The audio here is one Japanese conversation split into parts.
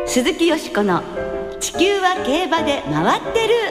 鈴木よしこの地球は競馬で回ってる。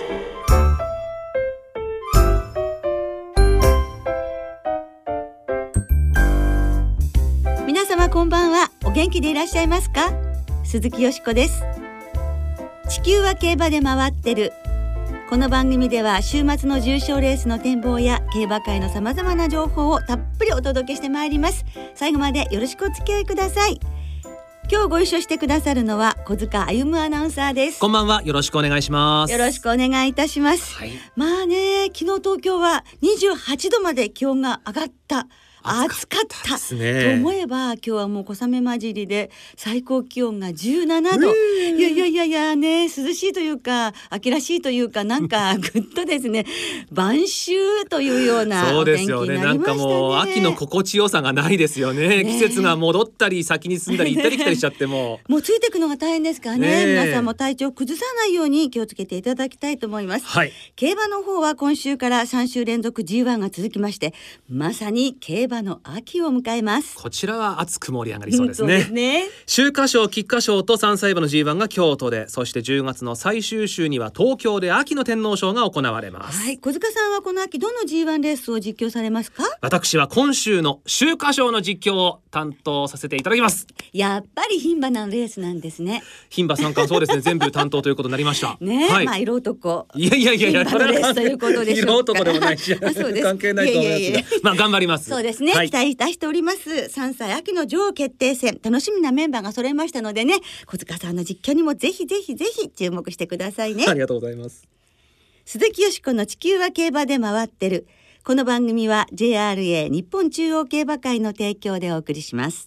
皆様こんばんは。お元気でいらっしゃいますか？鈴木よしこです。地球は競馬で回ってる。この番組では週末の重賞レースの展望や競馬界のさまざまな情報をたっぷりお届けしてまいります。最後までよろしくお付き合いください。今日ご一緒してくださるのは小塚歩アナウンサーです。 こんばんは。よろしくお願いします。 よろしくお願いいたします、まあね、昨日東京は28度まで気温が上がった。暑かったですね。と思えば今日はもう小雨混じりで最高気温が17度。いやね、涼しいというか秋らしいというか、なんかぐっとですね晩秋というようなお天気になりましたね。そうですよね。なんかもう秋の心地よさがないですよね。季節が戻ったり先に進んだり行ったり来たりしちゃってもうついていくのが大変ですからね。皆さんも体調を崩さないように気をつけていただきたいと思います、競馬の方は今週から3週連続 G1 が続きまして、まさに競馬の秋を迎えます。 こちらは熱く盛り上がりそうですね。 そうですね。 秋華賞、菊花賞と3歳馬の G1 が京都で、そして10月の最終週には東京で秋の天皇賞が行われます。 小塚さんはこの秋どの G1 レースを実況されますか？ 私は今週の秋華賞の実況を担当させていただきます。 やっぱり牝馬のレースなんですね。 牝馬三冠、そうですね全部担当ということになりましたね、色男。 いや牝馬のレースということでしょうか。 色男でもないし関係ないと思いますが、頑張ります。 そうですね、期待いたしております。3歳秋の女王決定戦、楽しみなメンバーが揃いましたのでね、小塚さんの実況にもぜひ注目してくださいね。 ありがとうございます。 鈴木よしこの地球は競馬で回ってる。この番組は JRA 日本中央競馬会の提供でお送りします。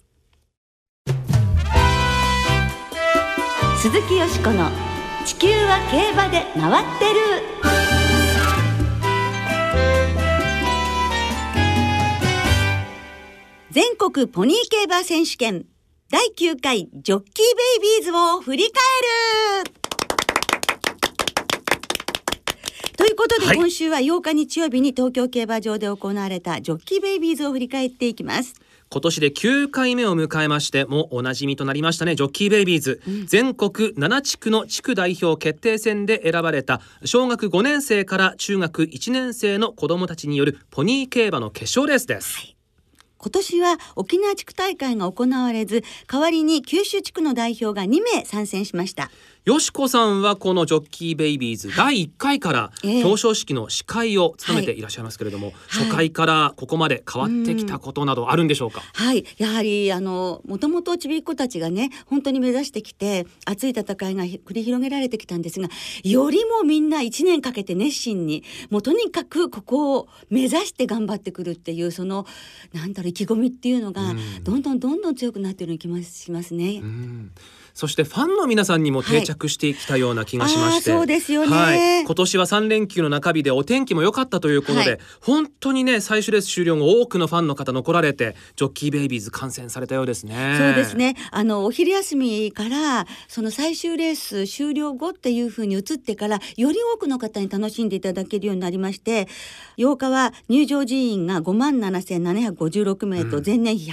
鈴木よしこの地球は競馬で回ってる。全国ポニー競馬選手権第9回ジョッキーベイビーズを振り返るということで、今週は8日日曜日に東京競馬場で行われたジョッキーベイビーズを振り返っていきます。 今年で9回目を迎えまして、もうおなじみとなりましたね、ジョッキーベイビーズ、全国7地区の地区代表決定戦で選ばれた小学5年生から中学1年生の子どもたちによるポニー競馬の決勝レースです。 今年は沖縄地区大会が行われず、代わりに九州地区の代表が2名参戦しました。 よしこさんはこのジョッキーベイビーズ第1回から表彰式の司会を務めていらっしゃいますけれども、初回からここまで変わってきたことなどあるんでしょうか？ やはりもともとちびっ子たちがね、本当に目指してきて熱い戦いが繰り広げられてきたんですが、よりもみんな1年かけて熱心に、もうとにかくここを目指して頑張ってくるっていう、その意気込みっていうのがどんどん強くなっているような気もしますね。 そしてファンの皆さんにも定着してきたような気がしまして、 そうですよね、 今年は3連休の中日でお天気も良かったということで、本当にね、最終レース終了後多くのファンの方残られて、ジョッキーベイビーズ観戦されたようですね。 そうですね、お昼休みからその最終レース終了後っていう風に移ってから、より多くの方に楽しんでいただけるようになりまして、8日は入場人員が 57,756 名と前年比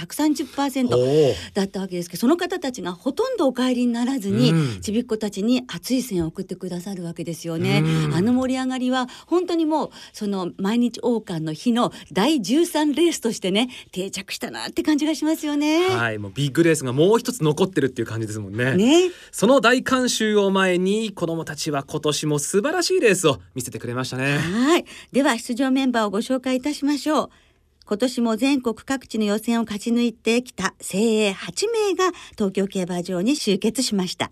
130% だったわけですけど、その方たちがほとんどお帰りにならずに、ちびっ子たちに熱い声援を送ってくださるわけですよね。盛り上がりは本当にもうその毎日王冠の日の第13レースとしてね、定着したなって感じがしますよね。 もうビッグレースがもう一つ残ってるっていう感じですもんね。その大観衆を前に子どもたちは今年も素晴らしいレースを見せてくれましたね。 では出場メンバーをご紹介いたしましょう。今年も全国各地の予選を勝ち抜いてきた精鋭8名が東京競馬場に集結しました。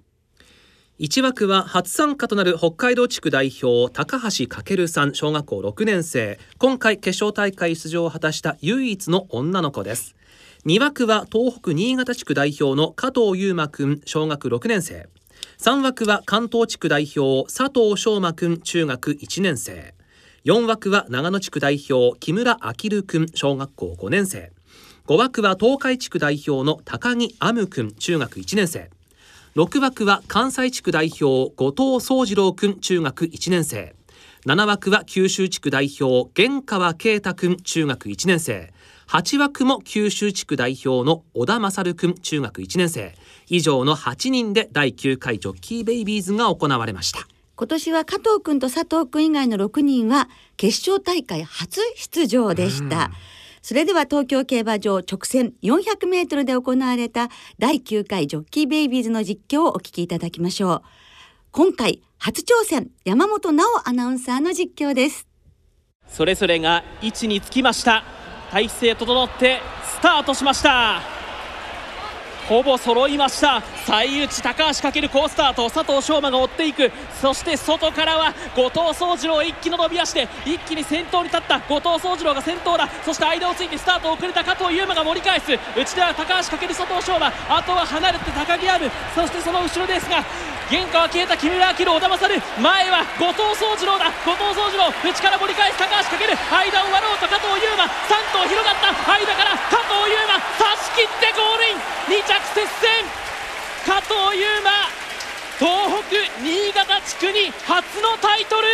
1枠は初参加となる北海道地区代表高橋翔さん、小学校6年生、今回決勝大会出場を果たした唯一の女の子です。2枠は東北新潟地区代表の加藤優馬くん、小学6年生。3枠は関東地区代表佐藤翔馬くん、中学1年生。4枠は長野地区代表木村明くん、小学校5年生。5枠は東海地区代表の高木亜夢くん、中学1年生。6枠は関西地区代表後藤宗次郎くん、中学1年生。7枠は九州地区代表玄川圭太くん、中学1年生。 8枠も九州地区代表の小田勝くん中学1年生、以上の8人で第9回ジョッキーベイビーズが行われました。 今年は加藤くんと佐藤くん以外の6人は決勝大会初出場でした。それでは東京競馬場直線400メートルで行われた第9回ジョッキーベイビーズの実況をお聞きいただきましょう。今回初挑戦、山本直アナウンサーの実況です。 それぞれが位置につきました。体勢整ってスタートしました。ほぼ揃いました。最内高橋かける好スタート、佐藤翔馬が追っていく。そして外からは後藤宗次郎、一気の伸び足で一気に先頭に立った後藤宗次郎が先頭だ。そして間をついてスタートを遅れた加藤優馬が盛り返す。内では高橋かける佐藤翔馬、あとは離れて高木亜武、そしてその後ろですが原価は消えた木村明、小田勝、前は後藤宗次郎だ。後藤宗次郎、内から盛り返す高橋かける、間を割ろうと加藤優馬、3頭広がった間から加藤優馬差し切ってゴールイン。2着接戦、加藤優馬、東北新潟地区に初のタイトル。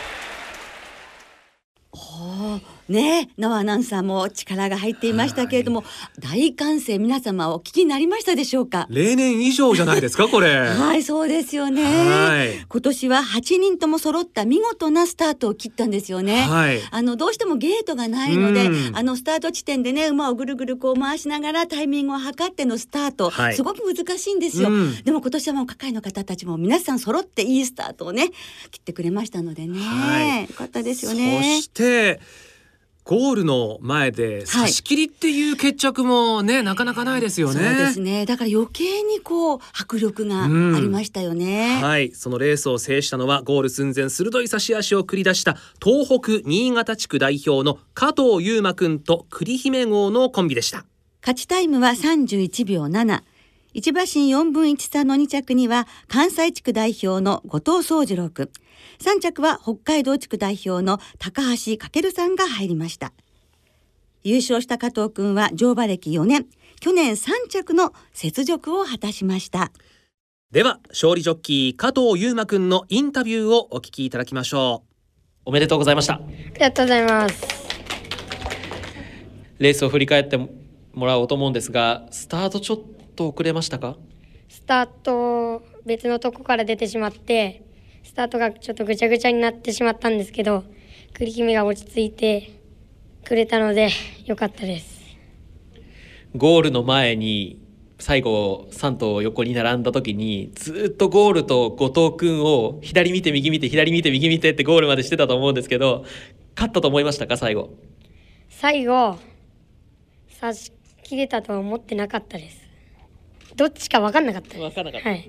ねえ、縄アナウンサーも力が入っていましたけれども、大歓声、皆様お聞きになりましたでしょうか。 例年以上じゃないですかこれ。 はい、そうですよね。今年は8人とも揃った見事なスタートを切ったんですよね。どうしてもゲートがないので、スタート地点でね、馬をぐるぐるこう回しながらタイミングを測ってのスタート、すごく難しいんですよ。でも今年はもう各界の方たちも皆さん揃っていいスタートをね切ってくれましたのでね、よかったですよね。 そしてゴールの前で差し切りっていう決着もね、なかなかないですよね。 そうですね。だから余計にこう迫力がありましたよね。 そのレースを制したのはゴール寸前鋭い差し足を繰り出した東北新潟地区代表の加藤優馬くんと栗姫号のコンビでした。 勝ちタイムは31秒7。一馬身4分1差の2着には関西地区代表の後藤宗次郎くん、3着は北海道地区代表の高橋翔さんが入りました。優勝した加藤くんは乗馬歴4年、去年3着の雪辱を果たしました。 では勝利ジョッキー加藤優馬くんのインタビューをお聞きいただきましょう。 おめでとうございました。 ありがとうございます。 レースを振り返ってもらおうと思うんですが、スタートちょっと遅れましたか？ スタート別のとこから出てしまってスタートがちょっとぐちゃぐちゃになってしまったんですけど、栗姫が落ち着いてくれたので良かったです。 ゴールの前に最後3頭横に並んだ時にずっとゴールと後藤くんを左見て右見て左見て右見てってゴールまでしてたと思うんですけど、勝ったと思いましたか？最後差し切れたとは思ってなかったです。どっちか分かんなかったです。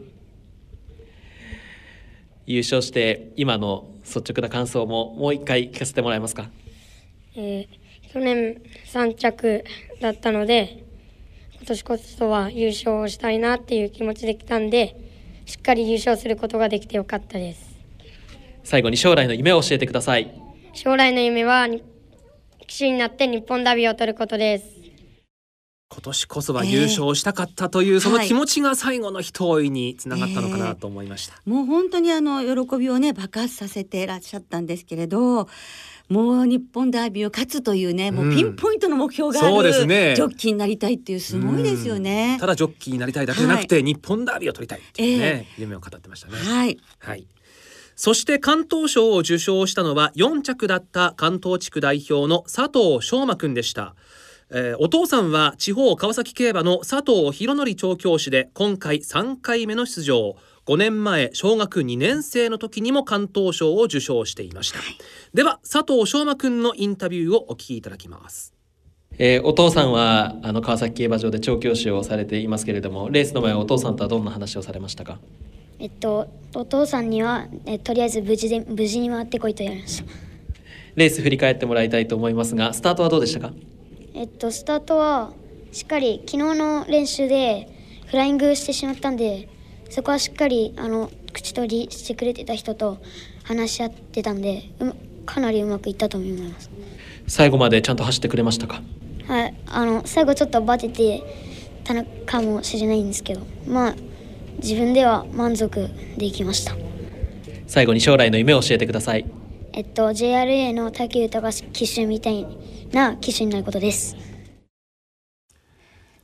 優勝して今の率直な感想ももう一回聞かせてもらえますか？ 去年3着だったので今年こそは優勝したいなっていう気持ちで来たんで、しっかり優勝することができてよかったです。 最後に将来の夢を教えてください。 将来の夢は騎手になって日本ダービーを取ることです。 今年こそは優勝したかったという、その気持ちが最後の一追いにつながったのかなと思いました。 もう本当に喜びをね爆発させていらっしゃったんですけれど、もう日本ダービーを勝つというね、もうピンポイントの目標がある、ジョッキーになりたいっていうすごいですよね。 ただジョッキーになりたいだけじゃなくて、日本ダービーを取りたいっていうね、夢を語ってましたね。そして関東賞を受賞したのは4着だった関東地区代表の佐藤翔馬くんでした。お父さんは地方川崎競馬の佐藤博則調教師で今回3回目の出場。5年前小学2年生の時にも関東賞を受賞していました。では佐藤翔馬くんのインタビューをお聞きいただきます。 お父さんは川崎競馬場で調教師をされていますけれども、レースの前お父さんとはどんな話をされましたか？ お父さんには、とりあえず無事に回ってこいと言われました。 レース振り返ってもらいたいと思いますが、スタートはどうでしたか？ スタートはしっかり昨日の練習でフライングしてしまったんで、そこはしっかり口取りしてくれてた人と話し合ってたんで、かなりうまくいったと思います。 最後までちゃんと走ってくれましたか？ はい、最後ちょっとバテてたのかもしれないんですけど、自分では満足できました。 最後に将来の夢を教えてください。 JRA の武豊騎手みたいな騎手になることです。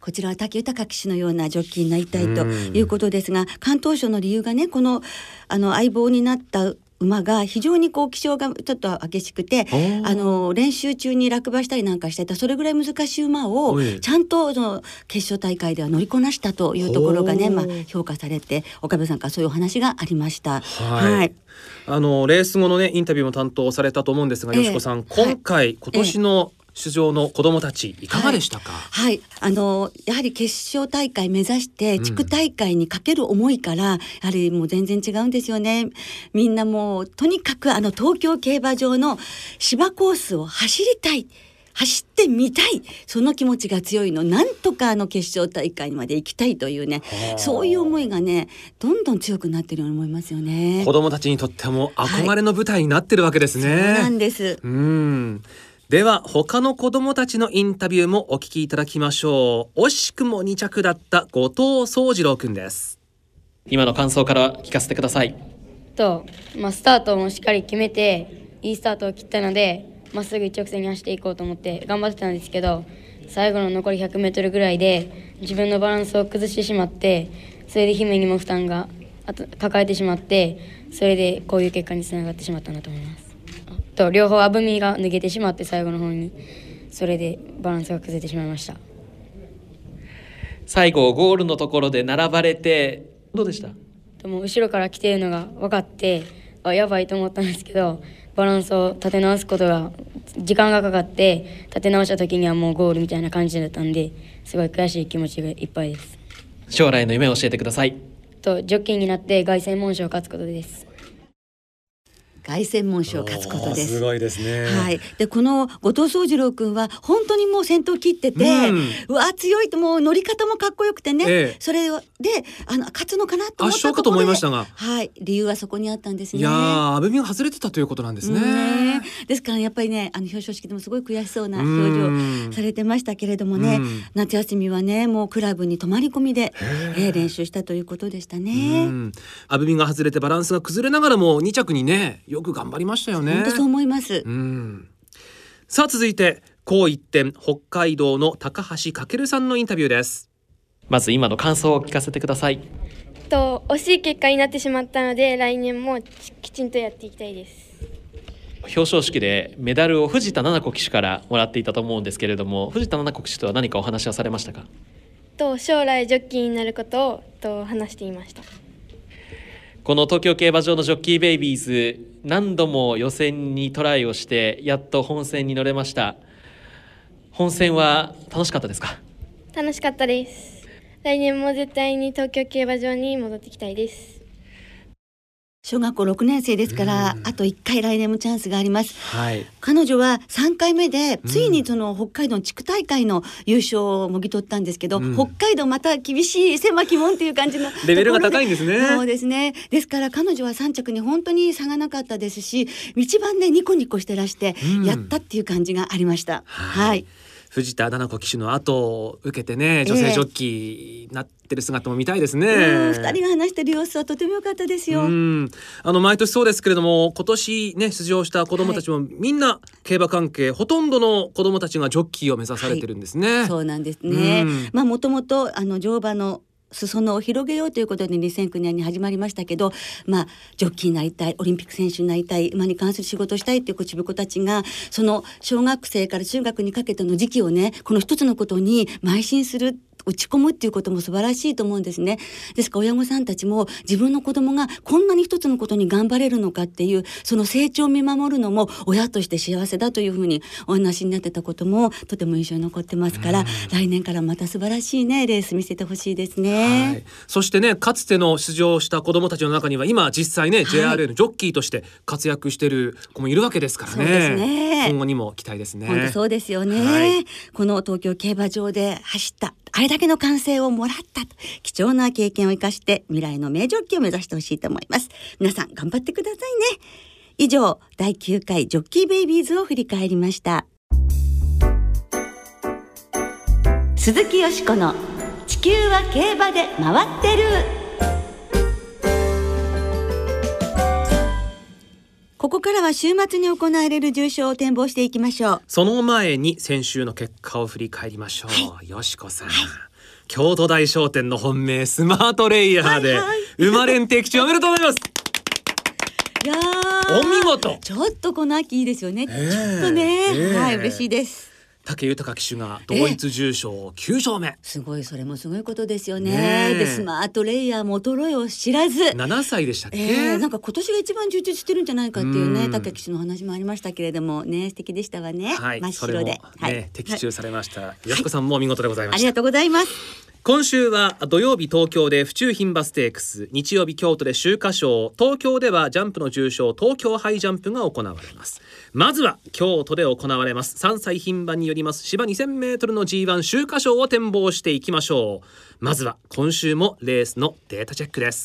こちらは武豊騎手のようなジョッキーになりたいということですが、関東賞の理由がね、この相棒になった馬が非常に気性がちょっと激しくて、練習中に落馬したりなんかしてた、それぐらい難しい馬をちゃんとその決勝大会では乗りこなしたというところがね、評価されて、岡部さんからそういうお話がありました。はい、 レース後のねインタビューも担当されたと思うんですが、よしこさん、今年の出場の子どもたちいかがでしたか？ はい、やはり決勝大会目指して地区大会にかける思いから、やはりもう全然違うんですよね。みんなもうとにかく東京競馬場の芝コースを走りたい、走ってみたい、その気持ちが強いの。なんとか決勝大会にまで行きたいというね、そういう思いがねどんどん強くなっているように思いますよね。 子どもたちにとっても憧れの舞台になってるわけですね。 そうなんです。 では他の子どもたちのインタビューもお聞きいただきましょう。惜しくも2着だった後藤宗次郎くんです。 今の感想から聞かせてください。 スタートもしっかり決めていいスタートを切ったので、まっすぐ一直線に走っていこうと思って頑張ってたんですけど、最後の残り 100m ぐらいで自分のバランスを崩してしまって、それで姫にも負担が抱えてしまって、それでこういう結果につながってしまったなと思います。両方あぶみが抜けてしまって、最後の方にそれでバランスが崩れてしまいました。 最後ゴールのところで並ばれてどうでした？ もう後ろから来ているのが分かって、やばいと思ったんですけど、バランスを立て直すことが時間がかかって、立て直した時にはもうゴールみたいな感じだったんで、すごい悔しい気持ちがいっぱいです。 将来の夢を教えてください。 ジョッキーになって凱旋門賞を勝つことです。 凱旋門賞を勝つことです。 すごいですね。 はい。でこの後藤宗次郎くんは本当にもう先頭切ってて、うわ強いと、もう乗り方もかっこよくてね、それで勝つのかなと思ったところで圧勝かと思いましたが、 はい、理由はそこにあったんですね。 いやー、アブミが外れてたということなんですね。 ですからやっぱりね、表彰式でもすごい悔しそうな表情されてましたけれどもね、夏休みはねもうクラブに泊まり込みで、練習したということでしたね。 アブミが外れてバランスが崩れながらも2着にねよく頑張りましたよね。 本当そう思います。 さあ続いてこう一点、北海道の高橋翔さんのインタビューです。 まず今の感想を聞かせてください。 惜しい結果になってしまったので、来年もきちんとやっていきたいです。 表彰式でメダルを藤田七子騎手からもらっていたと思うんですけれども、藤田七子騎手とは何かお話はされましたか？ 将来ジョッキーになることを話していました。 この東京競馬場のジョッキーベイビーズ、何度も予選にトライをしてやっと本戦に乗れました。本戦は楽しかったですか？ 楽しかったです。来年も絶対に東京競馬場に戻ってきたいです。 小学校6年生ですから、あと1回来年もチャンスがあります。 はい、 彼女は3回目でついにその北海道の地区大会の優勝をもぎ取ったんですけど、北海道また厳しい狭き門っていう感じのレベルが高いんですね。 そうですね。ですから彼女は3着に本当に差がなかったですし、一番ねニコニコしてらして、やったっていう感じがありました。はい。 藤田七子騎手の後を受けてね、女性ジョッキーになってる姿も見たいですね。 2人が話してる様子はとても良かったですよ。 毎年そうですけれども、今年ね出場した子どもたちもみんな競馬関係、ほとんどの子どもたちがジョッキーを目指されてるんですね。 そうなんですね。もともと乗馬の裾野を広げようということで2009年に始まりましたけど、ジョッキーになりたい、オリンピック選手になりたい、馬に関する仕事をしたいというちびこたちが、その小学生から中学にかけての時期をね、この一つのことに邁進する、打ち込むっていうことも素晴らしいと思うんですね。ですから親御さんたちも自分の子供がこんなに一つのことに頑張れるのかっていう、その成長を見守るのも親として幸せだというふうにお話になってたこともとても印象に残ってますから、来年からまた素晴らしいねレース見せてほしいですね。 そしてね、かつての出場した子どもたちの中には今実際ね、JRA のジョッキーとして活躍している子もいるわけですからね。 そうですね。 今後にも期待ですね。 本当そうですよね。この東京競馬場で走ったあれだけの歓声をもらったと、貴重な経験を生かして未来の名ジョッキーを目指してほしいと思います。皆さん頑張ってくださいね。以上、第9回ジョッキーベイビーズを振り返りました。鈴木よしこの地球は競馬で回ってる。ここからは週末に行われる重賞を展望していきましょう。 その前に先週の結果を振り返りましょう。よしこさん、 京都大商店の本命スマートレイヤーで、馬連的中おめでとうございます。 いやお見事。 ちょっとこの秋いいですよね、ちょっとね、はい、嬉しいです。 武豊騎手が同一重賞9勝目、 すごい、それもすごいことですよね。でスマートレイヤーも衰えを知らず 7歳でしたっけ、 なんか今年が一番充実してるんじゃないかっていうね、武騎手の話もありましたけれどもね、素敵でしたわね、 はい、 真っ白で、 それも、的中されました、よしこさんもお見事でございました、 ありがとうございます。 今週は土曜日東京で府中牝馬ステークス、日曜日京都で秋華賞、東京ではジャンプの重賞東京ハイジャンプが行われます。まずは京都で行われます3歳牝馬によります芝 2000m の G1 秋華賞を展望していきましょう。まずは今週もレースのデータチェックです。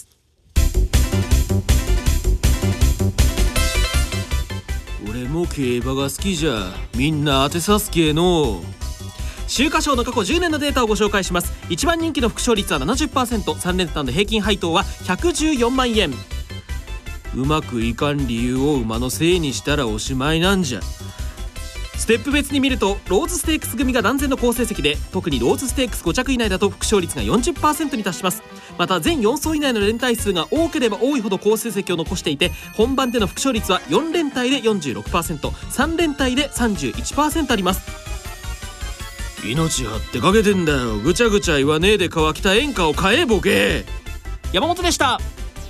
俺も競馬が好きじゃ、みんな当てさすけの。 秋華賞の過去10年のデータをご紹介します。1番人気の副勝率は 70%、 3連単の平均配当は114万円。 うまくいかん理由を馬のせいにしたらおしまいなんじゃ。 ステップ別に見るとローズステークス組が断然の好成績で、特にローズステークス5着以内だと副勝率が 40% に達します。また全4走以内の連帯数が多ければ多いほど好成績を残していて、本番での副勝率は4連帯で 46%、 3連帯で 31% あります。 命張ってかけてんだよ。ぐちゃぐちゃ言わねえで川北演歌を変えボケ。 山本でした。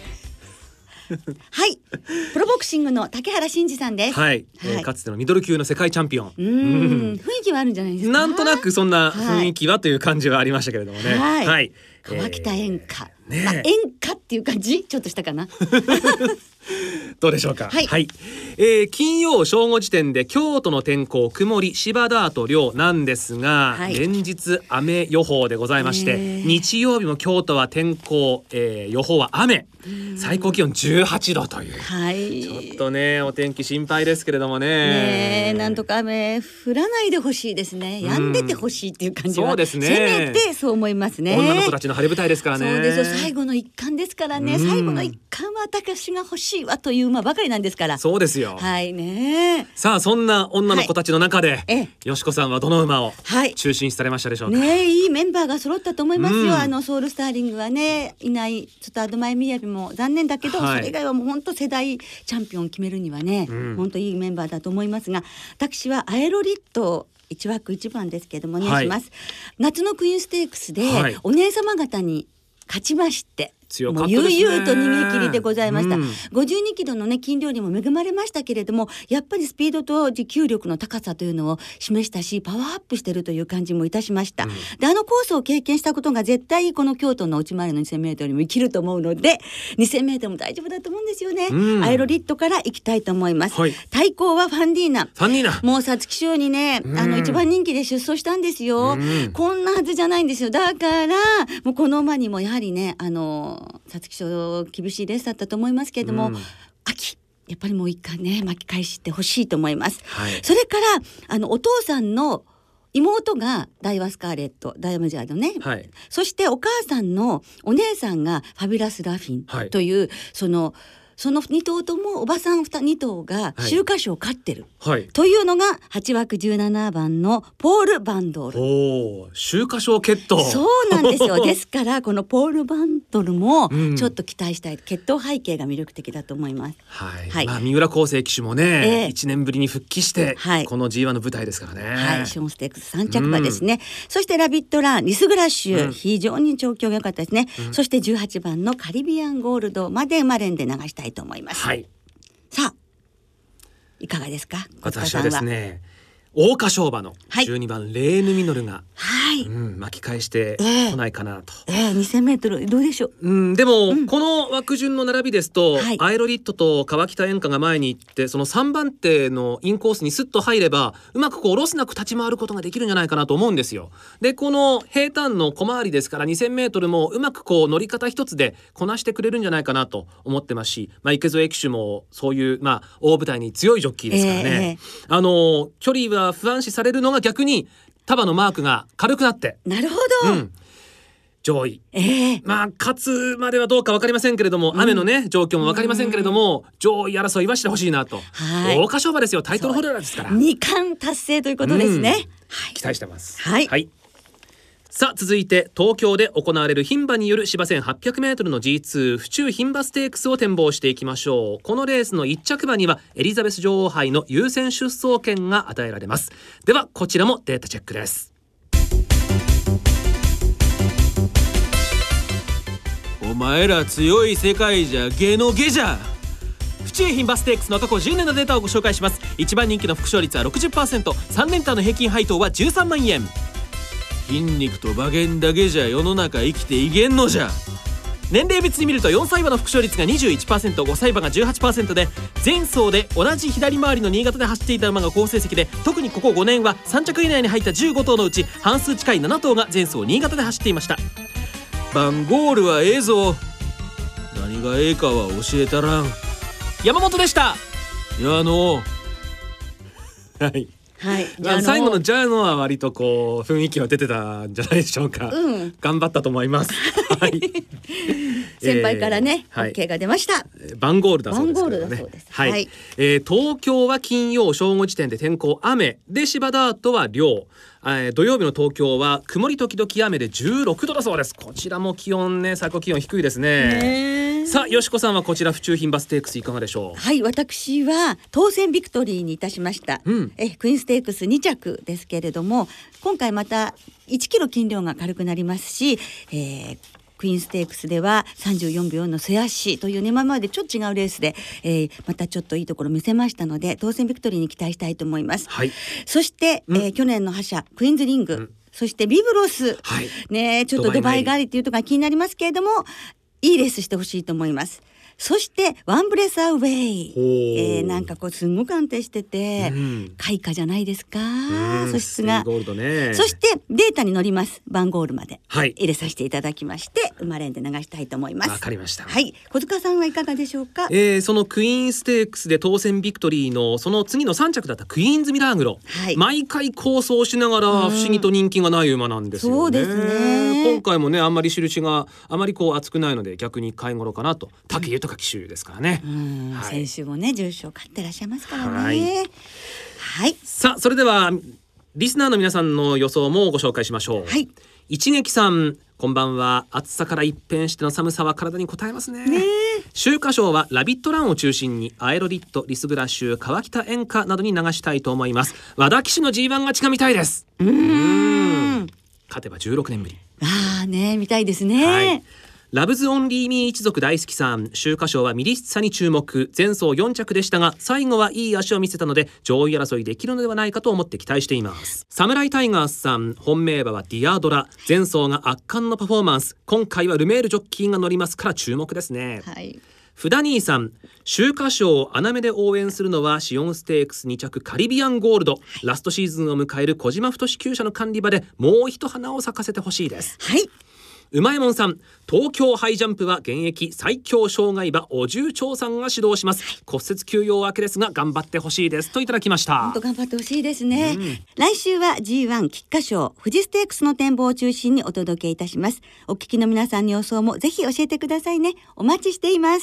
はい、プロボクシングの竹原慎二さんです。 はい、かつてのミドル級の世界チャンピオン。 雰囲気はあるんじゃないですか。 なんとなくそんな雰囲気はという感じはありましたけれどもね。 はい、川北演歌、演歌っていう感じちょっとしたかな。 どうでしょうか。 はい、 はい、金曜正午時点で京都の天候曇り、芝ダート涼なんですが、連日雨予報でございまして、日曜日も京都は天候、予報は雨、最高気温18度という、ちょっとねお天気心配ですけれども ね、 なんとか雨降らないでほしいですね。止んでてほしいっていう感じは、 そうですね、 せめてそう思いますね。 女の子たちの晴れ舞台ですからね。 そうですよ、最後の一冠ですからね、最後の一冠は私が欲しいわという馬ばかりなんですから。 そうですよ。 はいね。 さあそんな女の子たちの中で、よしこさんはどの馬を中心されましたでしょうか。 いいメンバーが揃ったと思いますよ。ソウルスターリングはねいない、ちょっとアドマイミヤビも残念だけど、それ以外はもう本当世代チャンピオンを決めるにはね、本当いいメンバーだと思いますが、私はアエロリット1枠1番ですけどもね、します。夏のクイーンステークスで、お姉様方に勝ちまして、もう悠々と逃げ切りでございました。52キロのね斤量にも恵まれましたけれども、やっぱりスピードと持久力の高さというのを示したし、パワーアップしているという感じもいたしました。でコースを経験したことが絶対この京都の内回りの 2000m にも生きると思うので、2000m も大丈夫だと思うんですよね。アエロリットから行きたいと思います。対抗はファンディーナ。もう皐月賞にね一番人気で出走したんですよ。こんなはずじゃないんですよ。だからもうこの馬にもやはりね皐月賞厳しいレースだったと思いますけれども、秋やっぱりもう一回ね巻き返してほしいと思います。それからお父さんの妹がダイワスカーレット、ダイヤメジャーのね、そしてお母さんのお姉さんがファビュラスラフィンという、その2頭ともおばさん2頭が秋華賞を勝ってる、というのが8枠17番のポール・バンドール。 秋華賞決闘。 そうなんですよ。ですからこのポール・バンドルもちょっと期待したい、決闘背景が魅力的だと思います。 三浦康生騎手もね、1年ぶりに復帰して、この G1 の舞台ですからね。 ショーンステークス3着馬ですね。そしてラビットラン、リスグラッシュ、非常に調教が良かったですね。そして18番のカリビアンゴールドまで馬連で流したいと思います。さあいかがですか。 私はですね、桜花賞馬の12番レーヌミノルが、巻き返してこないかなと。 2000m どうでしょう。 でも、この枠順の並びですと、アエロリットと川北演歌が前に行って、その3番手のインコースにスッと入ればうまくロスなく立ち回ることができるんじゃないかなと思うんですよ。でこの平坦の小回りですから 2000m もうまく乗り方一つでこなしてくれるんじゃないかなと思ってますし、池添騎手もそういう、大舞台に強いジョッキーですからね、距離は不安視されるのが逆に束のマークが軽くなって、 なるほど、 上位、勝つまではどうか分かりませんけれども、雨のね状況も分かりませんけれども、上位争いはしてほしいなと。桜花賞馬ですよ、タイトルホルダーですから。 2冠達成ということですね。 期待してます。 さあ続いて東京で行われる牝馬による芝 1800m の G2 府中牝馬ステークスを展望していきましょう。このレースの1着馬にはエリザベス女王杯の優先出走権が与えられます。ではこちらもデータチェックです。 お前ら強い世界じゃゲのゲじゃ。 府中牝馬ステークスの過去10年のデータをご紹介します。1番人気の副勝率は 60%、 3連単の平均配当は13万円。 筋肉と馬券だけじゃ世の中生きていけんのじゃ。 年齢別に見ると4歳馬の副勝率が 21%、 5歳馬が 18% で、前走で同じ左回りの新潟で走っていた馬が好成績で、特にここ5年は3着以内に入った15頭のうち半数近い7頭が前走新潟で走っていました。 番ゴールはええぞ。何がええかは教えたらん。 山本でした。 やのはい、 はい、 最後のジャーノは割とこう雰囲気は出てたんじゃないでしょうか、頑張ったと思います、はい、 先輩からね、 はい、 OK が出ました。 バンゴールだそうですけどね。 バンゴールだそうです。 はい、 はい。 東京は金曜正午時点で天候雨で、芝ダートは涼。土曜日の東京は曇り時々雨で16度だそうです。こちらも気温ね、最高気温低いですね。さあ、よしこさんはこちら府中牝馬ステークスいかがでしょう。 はい、私は当選ビクトリーにいたしました、クイーンステークス2着ですけれども、今回また1キロ斤量が軽くなりますし、クイーンステークスでは34秒の瀬足というね、今までちょっと違うレースで、またちょっといいところ見せましたので、当選ビクトリーに期待したいと思います、はい、そして、去年の覇者クイーンズリング、そしてビブロス、はい、ね、ちょっとドバイ帰りっていうところが気になりますけれども、いいレースしてほしいと思います。そしてワンブレスアウェイ、なんかこうすごく安定してて、開花じゃないですか、素質が、 ゴールドね。 そしてデータに乗りますバンゴールまで、 はい、 入れさせていただきまして、馬連で流したいと思います。 わかりました。 はい、小塚さんはいかがでしょうか。 そのクイーンステークスで当選ビクトリーのその次の3着だったクイーンズミラーグロ、はい、毎回構想しながら不思議と人気がない馬なんですよね。 そうですね。 今回もね、あんまり印があまりこう厚くないので、逆に買い頃かなと。武豊騎手ですからね。はい、 先週もね重賞勝ってらっしゃいますからね。 はい、はい、さあそれではリスナーの皆さんの予想もご紹介しましょう。はい、一撃さん、こんばんは。暑さから一変しての寒さは体に応えますね。秋華賞はラビットランを中心にアエロリット、リスグラッシュ、川北演歌などに流したいと思います。和田騎手の G1 勝ちが見たいです。勝てば16年ぶり。 ね、見たいですね。はい、 ラブズオンリーミー一族大好きさん、秋華賞はミリッサに注目。前走4着でしたが最後はいい足を見せたので上位争いできるのではないかと思って期待しています。サムライタイガースさん、本命馬はディアドラ。前走が圧巻のパフォーマンス。今回はルメールジョッキーが乗りますから注目ですね。はい、フダニーさん、秋華賞を穴目で応援するのはシオンステークス2着カリビアンゴールド、ラストシーズンを迎える小島太厩舎の管理場でもう一花を咲かせてほしいです。 はい、 うまいもんさん、東京ハイジャンプは現役最強障害馬お重長さんが指導します、骨折休養明けですが頑張ってほしいですといただきました。 本当頑張ってほしいですね。来週は G1 菊花賞富士ステークスの展望を中心にお届けいたします。お聞きの皆さんの予想もぜひ教えてくださいね。お待ちしています。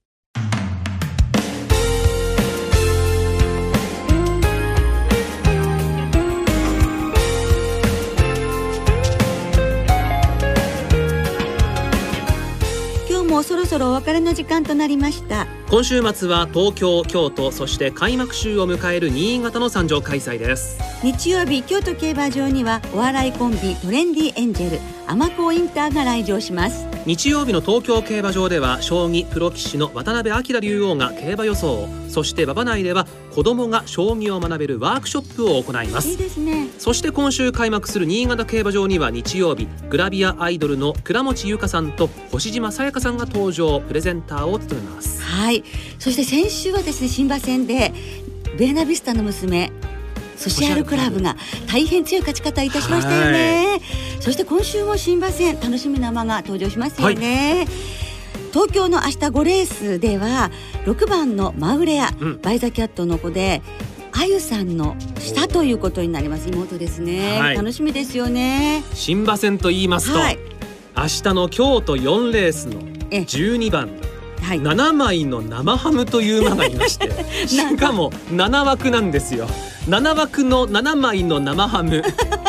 もうそろそろお別れの時間となりました。 今週末は東京、京都、そして開幕週を迎える新潟の参上開催です。 日曜日、京都競馬場にはお笑いコンビトレンディエンジェル、アマコインターが来場します。 日曜日の東京競馬場では将棋プロ棋士の渡辺明竜王が競馬予想、そして馬場内では子どもが将棋を学べるワークショップを行います。 いいですね。 そして今週開幕する新潟競馬場には日曜日、グラビアアイドルの倉持優香さんと星島さやかさんが登場、プレゼンターを務めます。 はい、そして先週はですね、新馬戦でベーナビスタの娘ソシアルクラブが大変強い勝ち方いたしましたよね。そして今週も新馬戦楽しみな馬が登場しますよね。東京の明日5レースでは6番のマウレア、バイザキャットの子であゆさんの下ということになります。妹ですね、楽しみですよね。 新馬戦と言いますと、明日の京都4レースの12番7枚の生ハムという馬がいましてしかも7枠なんですよ。7枠の7枚の生ハム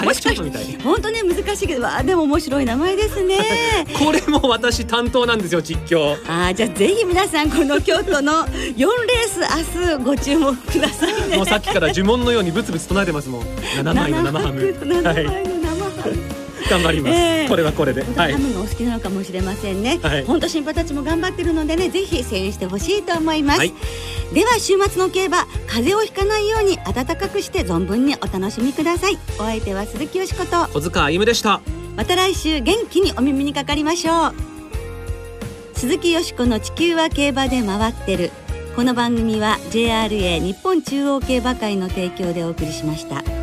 もしかして本当ね難しいけど、でも面白い名前ですねこれも私担当なんですよ、実況。 じゃあぜひ皆さんこの京都の4レース明日ご注目くださいね。 もうさっきから呪文のようにブツブツ唱えてますもん。7枚の生ハム、 7枚の生ハム、 頑張ります、これはこれで、 ハムがお好きなのかもしれませんね。本当審判たちも頑張ってるのでね、ぜひ声援してほしいと思います、では週末の競馬、風邪をひかないように暖かくして存分にお楽しみください。お相手は鈴木よしこと小塚歩夢でした。 また来週元気にお耳にかかりましょう。鈴木よしこの地球は競馬で回ってる。この番組は JRA 日本中央競馬会の提供でお送りしました。